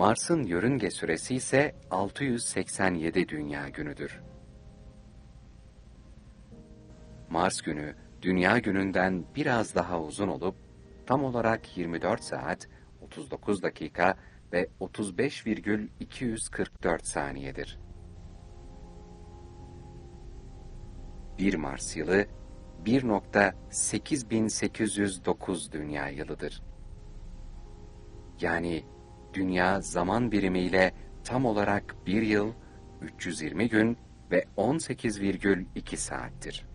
Mars'ın yörünge süresi ise 687 dünya günüdür. Mars günü, dünya gününden biraz daha uzun olup, tam olarak 24 saat, 39 dakika ve 35,244 saniyedir. 1 Mars yılı, 1,8809 dünya yılıdır. Yani dünya zaman birimiyle tam olarak 1 yıl, 320 gün ve 18,2 saattir.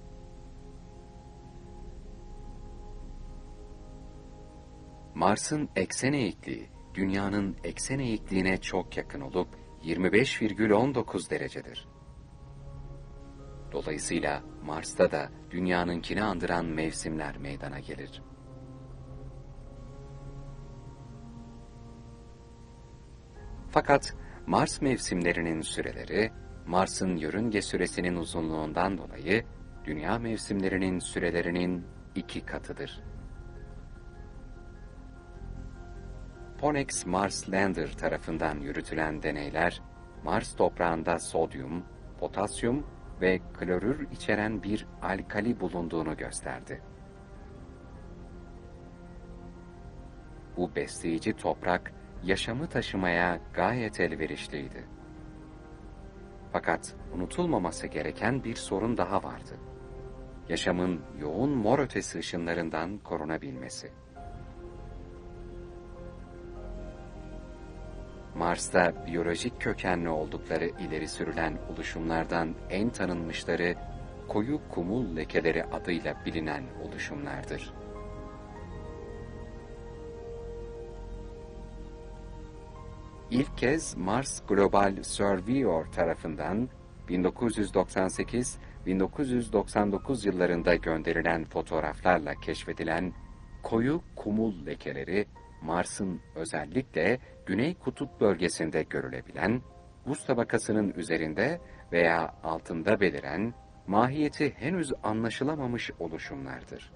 Mars'ın eksen eğikliği, dünyanın eksen eğikliğine çok yakın olup 25,19 derecedir. Dolayısıyla Mars'ta da dünyanınkini andıran mevsimler meydana gelir. Fakat Mars mevsimlerinin süreleri, Mars'ın yörünge süresinin uzunluğundan dolayı dünya mevsimlerinin sürelerinin 2 katıdır. Ponex Mars Lander tarafından yürütülen deneyler, Mars toprağında sodyum, potasyum ve klorür içeren bir alkali bulunduğunu gösterdi. Bu besleyici toprak, yaşamı taşımaya gayet elverişliydi. Fakat unutulmaması gereken bir sorun daha vardı. Yaşamın yoğun mor ötesi ışınlarından korunabilmesi. Mars'ta biyolojik kökenli oldukları ileri sürülen oluşumlardan en tanınmışları koyu kumul lekeleri adıyla bilinen oluşumlardır. İlk kez Mars Global Surveyor tarafından 1998-1999 yıllarında gönderilen fotoğraflarla keşfedilen koyu kumul lekeleri, Mars'ın özellikle Güney Kutup bölgesinde görülebilen, buz tabakasının üzerinde veya altında beliren, mahiyeti henüz anlaşılamamış oluşumlardır.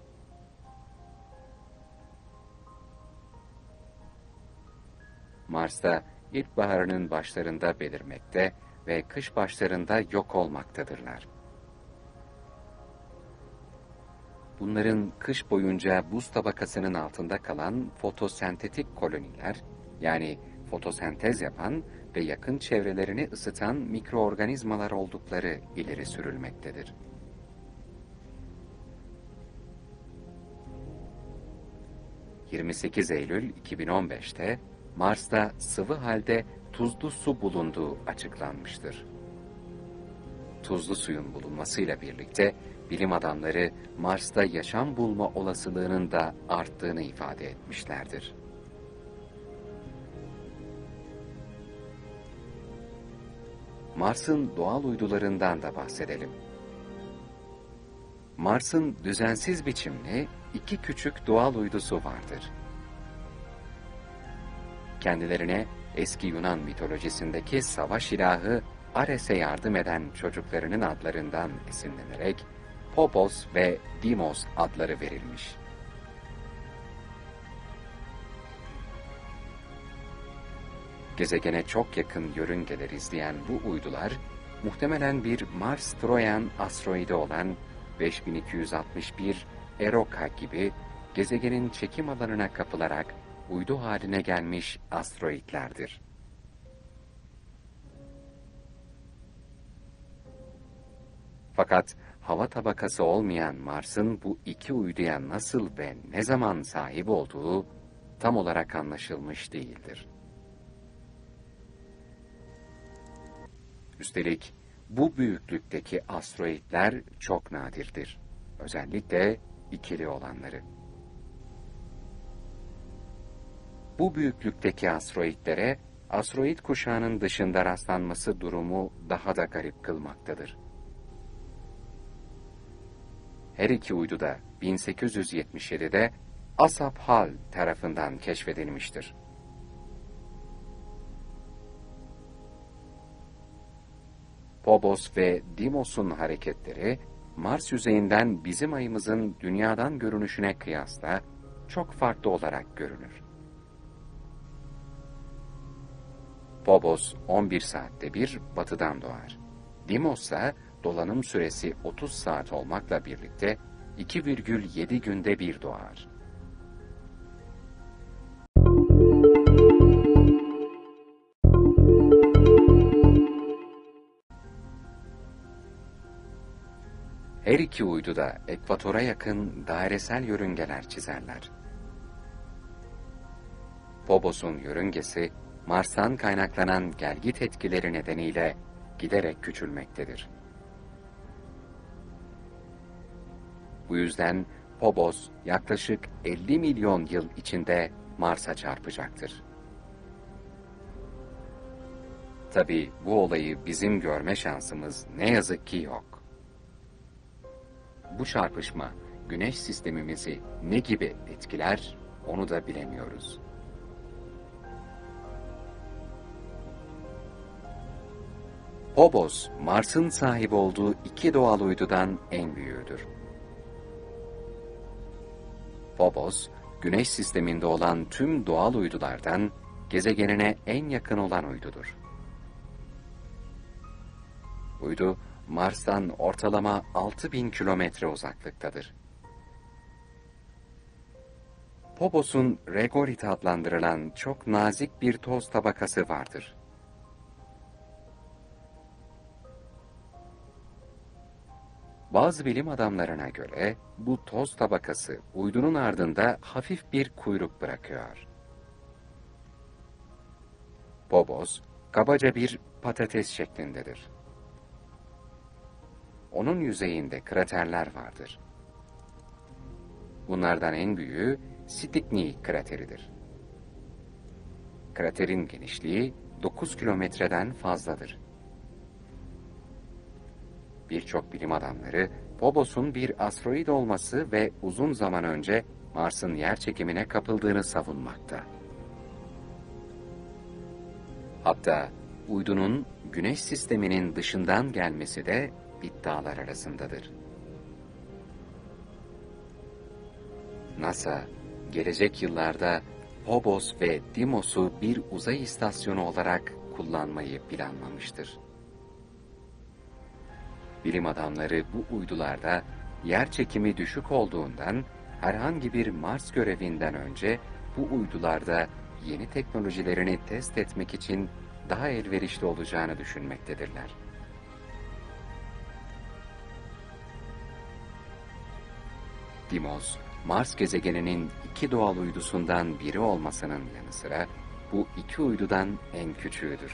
Mars'ta ilkbaharının başlarında belirmekte ve kış başlarında yok olmaktadırlar. Bunların kış boyunca buz tabakasının altında kalan fotosentetik koloniler, yani fotosentez yapan ve yakın çevrelerini ısıtan mikroorganizmalar oldukları ileri sürülmektedir. ...28 Eylül 2015'te Mars'ta sıvı halde tuzlu su bulunduğu açıklanmıştır. Tuzlu suyun bulunmasıyla birlikte bilim adamları Mars'ta yaşam bulma olasılığının da arttığını ifade etmişlerdir. Mars'ın doğal uydularından da bahsedelim. Mars'ın düzensiz biçimli 2 küçük doğal uydusu vardır. Kendilerine eski Yunan mitolojisindeki savaş ilahı Ares'e yardım eden çocuklarının adlarından esinlenerek Phobos ve Deimos adları verilmiş. Gezegene çok yakın yörüngeler izleyen bu uydular, muhtemelen bir Mars-Troyan asteroidi olan 5261 Eroka gibi gezegenin çekim alanına kapılarak uydu haline gelmiş asteroidlerdir. Fakat hava tabakası olmayan Mars'ın bu 2 uyduya nasıl ve ne zaman sahip olduğu tam olarak anlaşılmış değildir. Üstelik bu büyüklükteki asteroidler çok nadirdir. Özellikle ikili olanları. Bu büyüklükteki asteroidlere asteroid kuşağının dışında rastlanması durumu daha da garip kılmaktadır. Her iki uydu da 1877'de Asap Hall tarafından keşfedilmiştir. Phobos ve Deimos'un hareketleri, Mars yüzeyinden bizim ayımızın dünyadan görünüşüne kıyasla çok farklı olarak görünür. Phobos 11 saatte bir batıdan doğar. Dimos ise dolanım süresi 30 saat olmakla birlikte 2,7 günde bir doğar. Her iki uydu da ekvatora yakın dairesel yörüngeler çizerler. Phobos'un yörüngesi, Mars'tan kaynaklanan gelgit etkileri nedeniyle giderek küçülmektedir. Bu yüzden Phobos yaklaşık 50 milyon yıl içinde Mars'a çarpacaktır. Tabii bu olayı bizim görme şansımız ne yazık ki yok. Bu çarpışma Güneş sistemimizi ne gibi etkiler onu da bilemiyoruz. Phobos, Mars'ın sahip olduğu iki doğal uydudan en büyüğüdür. Phobos, Güneş sisteminde olan tüm doğal uydulardan gezegenine en yakın olan uydudur. Uydu, Mars'tan ortalama 6.000 kilometre uzaklıktadır. Phobos'un regorit adlandırılan çok nazik bir toz tabakası vardır. Bazı bilim adamlarına göre bu toz tabakası uydunun ardında hafif bir kuyruk bırakıyor. Phobos, kabaca bir patates şeklindedir. Onun yüzeyinde kraterler vardır. Bunlardan en büyüğü Stickney krateridir. Kraterin genişliği 9 kilometreden fazladır. Birçok bilim adamları Phobos'un bir asteroid olması ve uzun zaman önce Mars'ın yerçekimine kapıldığını savunmakta. Hatta uydunun Güneş sisteminin dışından gelmesi de iddialar arasındadır. NASA, gelecek yıllarda Phobos ve Dimos'u bir uzay istasyonu olarak kullanmayı planlamıştır. Bilim adamları bu uydularda yerçekimi düşük olduğundan herhangi bir Mars görevinden önce bu uydularda yeni teknolojilerini test etmek için daha elverişli olacağını düşünmektedirler. Dimos, Mars gezegeninin iki doğal uydusundan biri olmasının yanı sıra bu iki uydudan en küçüğüdür.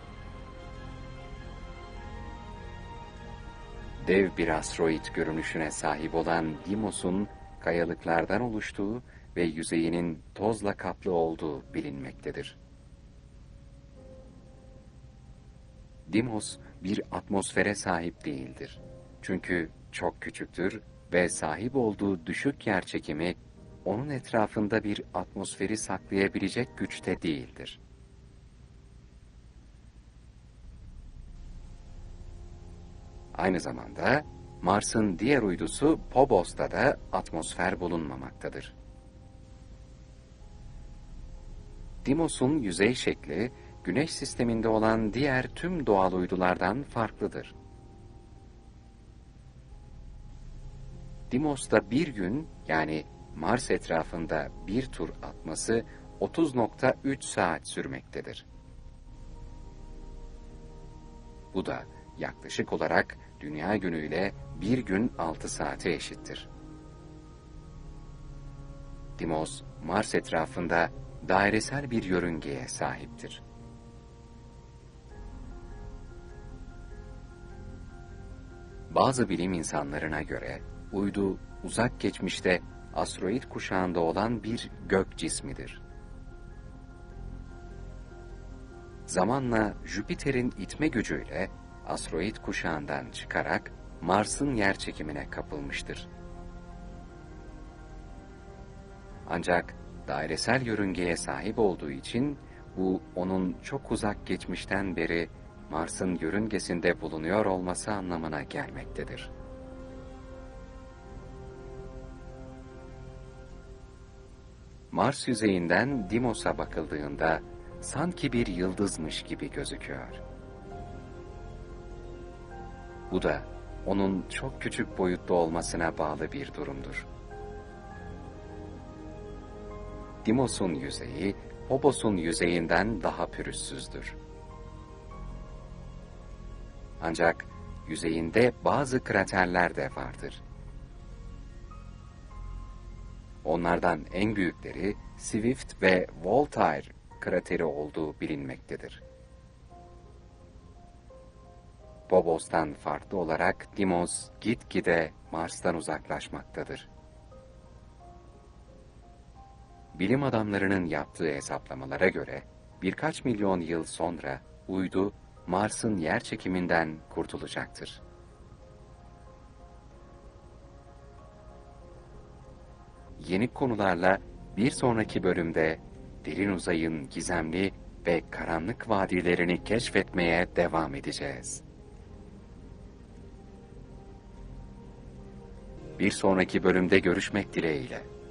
Dev bir asteroid görünüşüne sahip olan Dimos'un kayalıklardan oluştuğu ve yüzeyinin tozla kaplı olduğu bilinmektedir. Dimos bir atmosfere sahip değildir. Çünkü çok küçüktür ve sahip olduğu düşük yerçekimi onun etrafında bir atmosferi saklayabilecek güçte değildir. Aynı zamanda Mars'ın diğer uydusu Phobos'ta da atmosfer bulunmamaktadır. Dimos'un yüzey şekli, Güneş sisteminde olan diğer tüm doğal uydulardan farklıdır. Dimos'ta bir gün, yani Mars etrafında bir tur atması 30,3 saat sürmektedir. Bu da yaklaşık olarak Dünya günüyle bir gün 6 saate eşittir. Dimos, Mars etrafında dairesel bir yörüngeye sahiptir. Bazı bilim insanlarına göre uydu uzak geçmişte asteroid kuşağında olan bir gök cismidir. Zamanla Jüpiter'in itme gücüyle asteroid kuşağından çıkarak Mars'ın yerçekimine kapılmıştır. Ancak dairesel yörüngeye sahip olduğu için bu onun çok uzak geçmişten beri Mars'ın yörüngesinde bulunuyor olması anlamına gelmektedir. Mars yüzeyinden Dimos'a bakıldığında sanki bir yıldızmış gibi gözüküyor. Bu da onun çok küçük boyutta olmasına bağlı bir durumdur. Dimos'un yüzeyi, Phobos'un yüzeyinden daha pürüzsüzdür. Ancak yüzeyinde bazı kraterler de vardır. Onlardan en büyükleri Swift ve Voltaire krateri olduğu bilinmektedir. Phobos'tan farklı olarak Dimos gitgide Mars'tan uzaklaşmaktadır. Bilim adamlarının yaptığı hesaplamalara göre birkaç milyon yıl sonra uydu Mars'ın yerçekiminden kurtulacaktır. Yeni konularla bir sonraki bölümde derin uzayın gizemli ve karanlık vadilerini keşfetmeye devam edeceğiz. Bir sonraki bölümde görüşmek dileğiyle.